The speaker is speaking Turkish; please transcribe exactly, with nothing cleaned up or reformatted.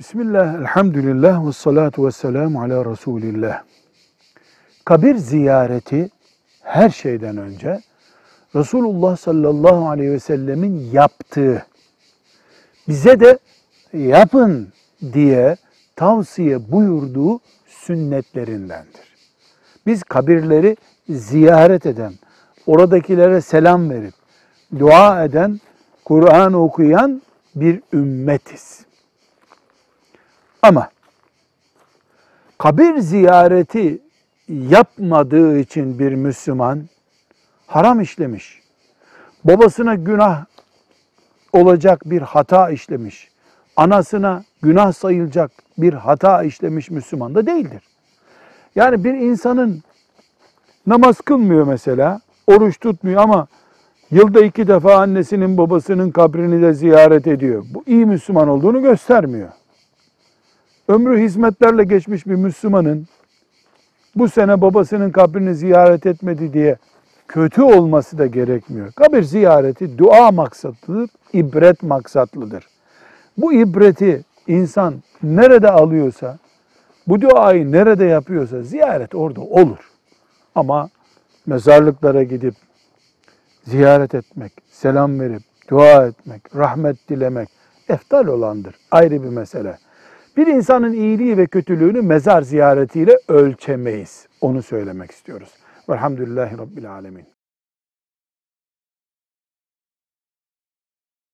Bismillah, elhamdülillah ve salatu ve selamu ala Resulillah. Kabir ziyareti her şeyden önce Resulullah sallallahu aleyhi ve sellemin yaptığı, bize de yapın diye tavsiye buyurduğu sünnetlerindendir. Biz kabirleri ziyaret eden, oradakilere selam verip, dua eden, Kur'an okuyan bir ümmetiz. Ama kabir ziyareti yapmadığı için bir Müslüman haram işlemiş, babasına günah olacak bir hata işlemiş, anasına günah sayılacak bir hata işlemiş Müslüman da değildir. Yani bir insanın namaz kılmıyor mesela, oruç tutmuyor ama yılda iki defa annesinin babasının kabrini de ziyaret ediyor. Bu iyi Müslüman olduğunu göstermiyor. Ömrü hizmetlerle geçmiş bir Müslümanın bu sene babasının kabrini ziyaret etmedi diye kötü olması da gerekmiyor. Kabir ziyareti dua maksatlıdır, ibret maksatlıdır. Bu ibreti insan nerede alıyorsa, bu duayı nerede yapıyorsa ziyaret orada olur. Ama mezarlıklara gidip ziyaret etmek, selam verip dua etmek, rahmet dilemek eftal olandır. Ayrı bir mesele. Bir insanın iyiliği ve kötülüğünü mezar ziyaretiyle ölçemeyiz. Onu söylemek istiyoruz. Velhamdülillahi Rabbil Alemin.